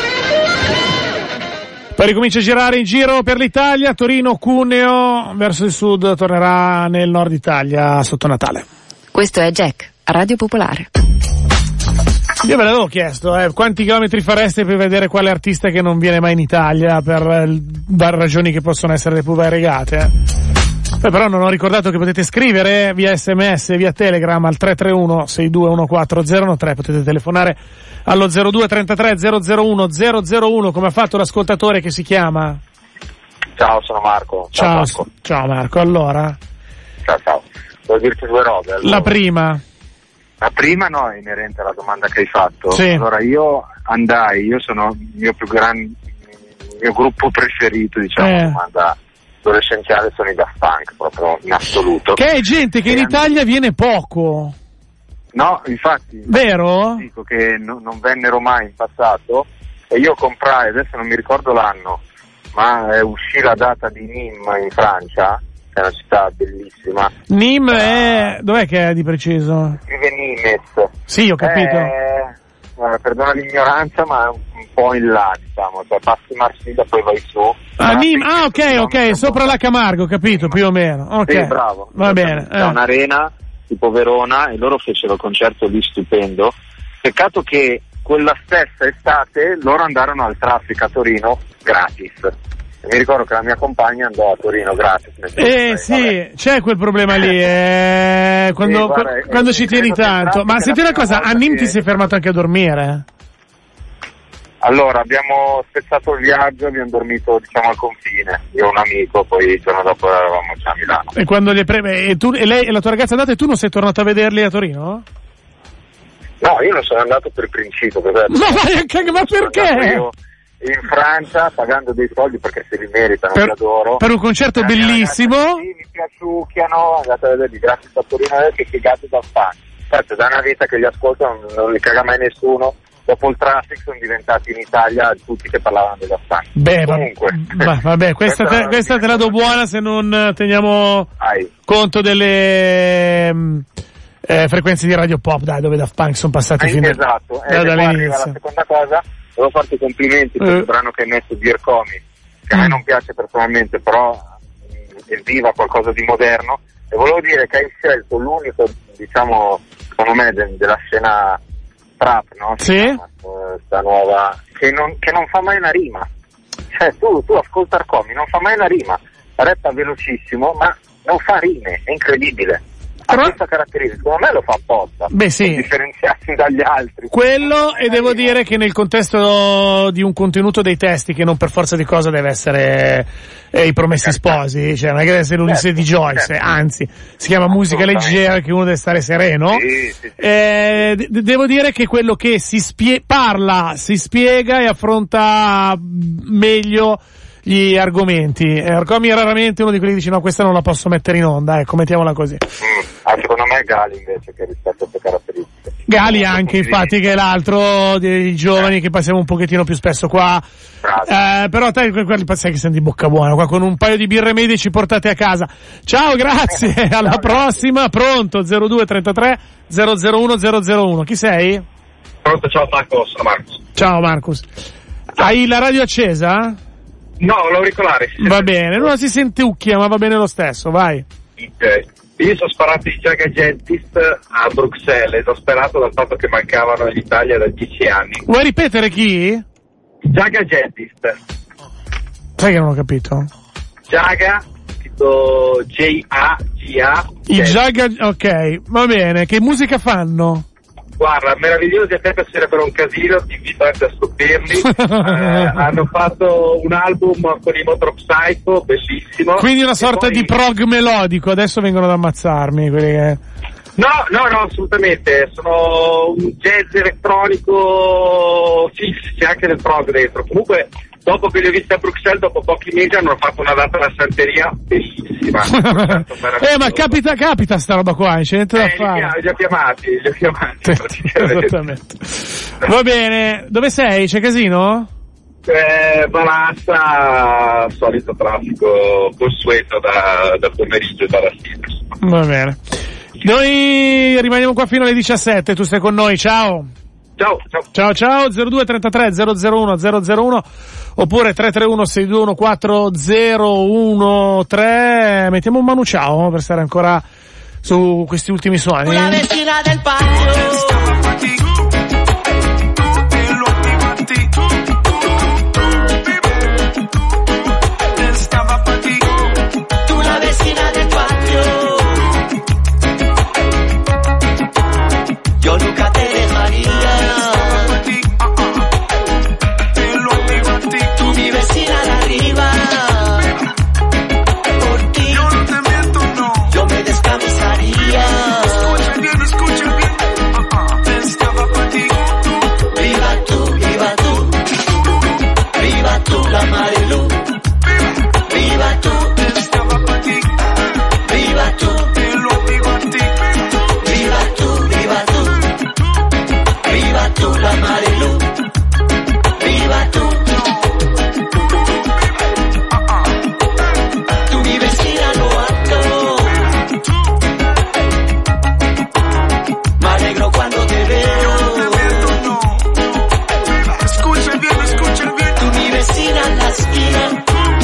Speaker 2: Poi ricomincia a girare in giro per l'Italia, Torino, Cuneo, verso il sud, tornerà nel nord Italia sotto Natale.
Speaker 13: Questo è Jack, Radio Popolare.
Speaker 2: Io ve l'avevo chiesto, eh, quanti chilometri fareste per vedere quale artista che non viene mai in Italia per eh, varie ragioni che possono essere le più variegate, eh. Poi però non ho ricordato che potete scrivere via sms, via telegram al tre tre uno sei due uno quattro zero uno tre, potete telefonare allo zero due trentatré zero zero uno zero zero uno come ha fatto l'ascoltatore che si chiama.
Speaker 15: Ciao, sono Marco.
Speaker 2: Ciao,
Speaker 15: ciao Marco.
Speaker 2: Ciao Marco, allora.
Speaker 15: Ciao, ciao. Devo dirti due robe. Allora.
Speaker 2: La prima.
Speaker 15: La prima no, è inerente alla domanda che hai fatto.
Speaker 2: Sì.
Speaker 15: Allora io andai, io sono il mio più grande, il mio gruppo preferito, diciamo,
Speaker 2: eh.
Speaker 15: domanda adolescenziale sono i Daft Punk, proprio in assoluto.
Speaker 2: Che è gente che e in and... Italia viene poco.
Speaker 15: No, infatti.
Speaker 2: Vero?
Speaker 15: Dico che no, non vennero mai in passato e io comprai, adesso non mi ricordo l'anno, ma eh, uscì la data di Nîmes in Francia, che è una città bellissima.
Speaker 2: Nîmes uh, è... dov'è che è di preciso?
Speaker 15: Scrive Nimes.
Speaker 2: Sì, ho capito.
Speaker 15: Eh, eh, perdona l'ignoranza, ma è un, un po' in là, diciamo, cioè passi Marsiglia, poi vai su.
Speaker 2: Ah, Nîmes, ah ok, ok, sopra la Camargo, ho capito, più o meno. Okay.
Speaker 15: Sì, bravo.
Speaker 2: Va bene.
Speaker 15: C'è
Speaker 2: eh.
Speaker 15: un'arena tipo Verona e loro fecero il concerto lì stupendo. Peccato che quella stessa estate loro andarono al Traffic a Torino gratis. E mi ricordo che la mia compagna andò a Torino gratis.
Speaker 2: Eh sì, vabbè. C'è quel problema lì, eh, quando, sì, guarda, quando eh, ci tieni tanto. Ma senti una cosa, a Nîmes che... ti sei fermato anche a dormire?
Speaker 15: Allora, abbiamo spezzato il viaggio, abbiamo dormito, diciamo, al confine. Io e un amico, poi il giorno dopo eravamo già a Milano.
Speaker 2: E quando le pre... e tu e lei e la tua ragazza è andata e tu non sei tornato a vederli a Torino?
Speaker 15: No, io non sono andato per principio. Per...
Speaker 2: Ma vai anche, ma perché?
Speaker 15: Io in Francia, pagando dei soldi perché se li meritano,
Speaker 2: per,
Speaker 15: li adoro.
Speaker 2: Per un concerto
Speaker 15: la
Speaker 2: bellissimo.
Speaker 15: Ragazza, sì, mi piaciucchiano, andate a vederli, grazie a Torino, che figate da fan. Certo, da una vita che li ascolto, non, non li caga mai nessuno. dopo il traffic sono diventati in Italia tutti che parlavano della Spagna.
Speaker 2: Beh,
Speaker 15: comunque.
Speaker 2: Va, vabbè, questa,
Speaker 15: questa,
Speaker 2: te, questa te la do buona se non teniamo
Speaker 15: Ai.
Speaker 2: conto delle eh, frequenze di Radio Pop, dai, dove Daft Punk sono passati fino
Speaker 15: esatto.
Speaker 2: da,
Speaker 15: E poi arriva
Speaker 2: dall'inizio.
Speaker 15: la seconda cosa, devo farti i complimenti per
Speaker 2: Eh.
Speaker 15: il brano che hai messo, Dear Comi, che a me non piace personalmente, però mh, evviva qualcosa di moderno, e volevo dire che hai scelto l'unico, diciamo, secondo me, de- della scena trap, no?
Speaker 2: Sì.
Speaker 15: Questa nuova, che non, che non fa mai una rima. Cioè, tu, tu ascolta Arcomi, non fa mai una rima, rappa velocissimo, ma non fa rime, è incredibile. Ha
Speaker 2: Però...
Speaker 15: questa caratteristica, secondo me lo fa apposta.
Speaker 2: Beh, sì.
Speaker 15: Per differenziarsi dagli altri.
Speaker 2: Quello, e devo dire che nel contesto di un contenuto dei testi, che non per forza di cosa deve essere eh, i Promessi Sposi, cioè non è che deve essere l'Ulisse
Speaker 15: Certo,
Speaker 2: di Joyce,
Speaker 15: certo.
Speaker 2: anzi, si chiama musica leggera, che uno deve stare sereno.
Speaker 15: Sì, sì, sì.
Speaker 2: Eh, de- devo dire che quello che si spie- parla, si spiega e affronta meglio gli argomenti. Eh, Arcomi è raramente uno di quelli che dice no, questa non la posso mettere in onda, ecco, mettiamola così.
Speaker 15: Mm. Ah, secondo me è Gali invece che rispetto a queste caratteristiche.
Speaker 2: Gali anche, infatti, che è l'altro dei giovani che passiamo un pochettino più spesso qua. Eh, però te quelli sai che senti bocca buona, qua con un paio di birre medie ci portate a casa. Ciao, grazie, alla
Speaker 15: Ciao,
Speaker 2: prossima. Pronto, zero due trentatré zero zero uno zero zero uno. Chi sei?
Speaker 16: Pronto, ciao Paco, sono Marcus.
Speaker 2: Ciao Marcus. Hai la radio accesa?
Speaker 16: No, l'auricolare.
Speaker 2: Va bene, non si sente ucchia, ma va bene lo stesso, vai.
Speaker 16: Ok. Io sono sparato i Jaga Gentist a Bruxelles, esasperato dal fatto che mancavano in Italia da dieci anni.
Speaker 2: Vuoi ripetere chi?
Speaker 16: Jaga Gentist.
Speaker 2: Sai che non ho capito?
Speaker 16: Jaga, tipo J A G A.
Speaker 2: I Jaga, ok, va bene, che musica fanno?
Speaker 16: Guarda, meravigliosi, a te piacerebbero un casino, ti invito anche a scoprirli. eh, hanno fatto un album con i Motor Psycho, bellissimo.
Speaker 2: Quindi una sorta
Speaker 16: poi...
Speaker 2: di prog melodico, adesso vengono ad ammazzarmi quelli che...
Speaker 16: No, no, no, assolutamente, sono un jazz elettronico, sì, c'è anche del prog dentro. Comunque, dopo che li ho visti a Bruxelles, dopo pochi mesi hanno fatto una data alla Santeria bellissima.
Speaker 2: eh, ma capita, capita sta roba qua, c'è niente da
Speaker 16: eh,
Speaker 2: fare.
Speaker 16: Li, li ho chiamati, li ho chiamati.
Speaker 2: Esattamente. Va bene, dove sei? C'è casino?
Speaker 16: Eh, Balassa, solito traffico consueto da, da pomeriggio e dalla sera.
Speaker 2: Va bene. Noi rimaniamo qua fino alle diciassette, tu sei con noi, ciao.
Speaker 16: Ciao, ciao.
Speaker 2: Ciao, ciao, zero due trentatré zero zero uno zero zero uno oppure tre tre uno sei due uno quattro zero uno tre. Mettiamo un Manu Ciao per stare ancora su questi ultimi suoni.
Speaker 9: La vecina del patio. Yo nunca te dejaría. Tú mi vecina de arriba. Por ti yo no te miento, no. Yo me descamisaría. Escucha bien, escucha bien. Estaba para ti. Viva tú, viva tú. Viva tú, la Marilu. Viva tú. Estaba para ti. Viva tú. Te lo digo a ti. Viva tú, viva tú. Viva tú, la Marilu. Viva tú. Tú mi vecina lo alto. Me alegro cuando te veo. Escucha bien, escucha bien. Tú mi vecina en la esquina.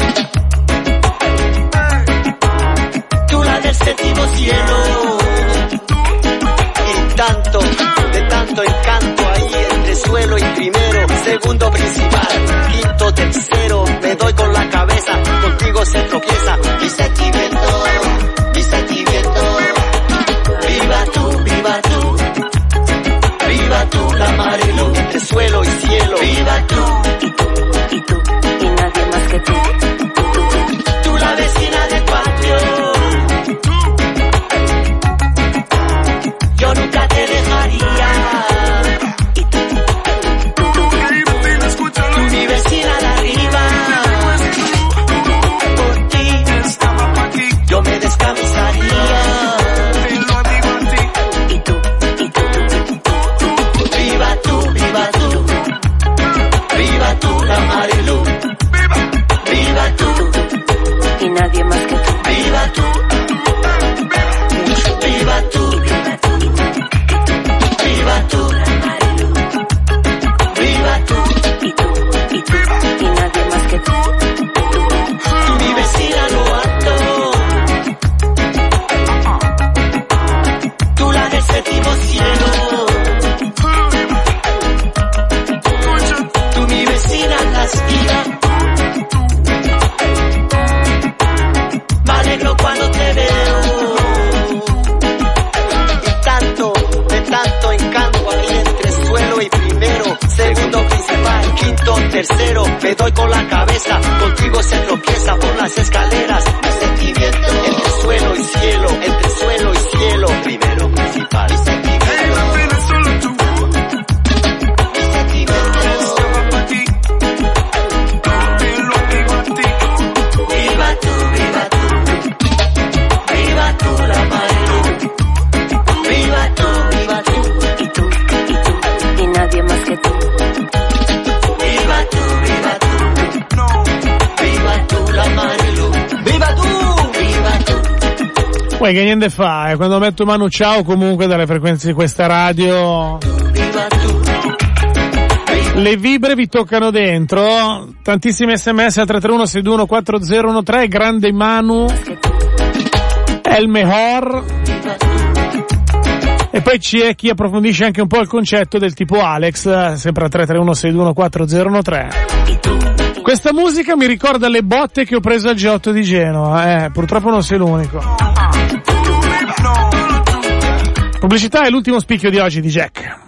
Speaker 9: Tú la del séptimo cielo. Y tanto, de tanto encanto ahí entre suelo y primero, segundo principal, quinto, tercero, me doy con la cabeza, contigo se tropieza, mi sentimiento, mi sentimiento, viva tú, viva tú, viva tú, la Marilu, entre suelo y cielo, viva tú, y tú, y tú, y nadie más que tú, tú la vecina del patio. Yo nunca te dejaría. Y tú, tú mi vecina de arriba. Por ti, yo me descamisaría. Y tú, y tú, viva tú, viva tú.
Speaker 14: me doy con la cabeza, contigo se tropieza por las escaleras. Mi sentimiento entre suelo y cielo, entre suelo y cielo. Primero principal, mi sentimiento. Viva tú, viva tú, viva tú la Marilu. Viva tú, viva tú, y tú, y tú, y nadie más que tú. Viva tú, viva tú, viva tú la Marilu. Viva tú, viva tu.
Speaker 2: Poi che niente fa, eh? Quando metto Manu Ciao comunque dalle frequenze di questa radio le vibre vi toccano dentro. Tantissimi sms a tre tre uno sei due uno quattro zero uno tre. Grande Manu, El Mejor. E poi c'è chi approfondisce anche un po' il concetto del tipo Alex, sempre a tre tre uno sei due uno quattro zero uno tre. Questa musica mi ricorda le botte che ho preso al G otto di Genova, eh, purtroppo non sei l'unico. Pubblicità è l'ultimo spicchio di oggi di Jack.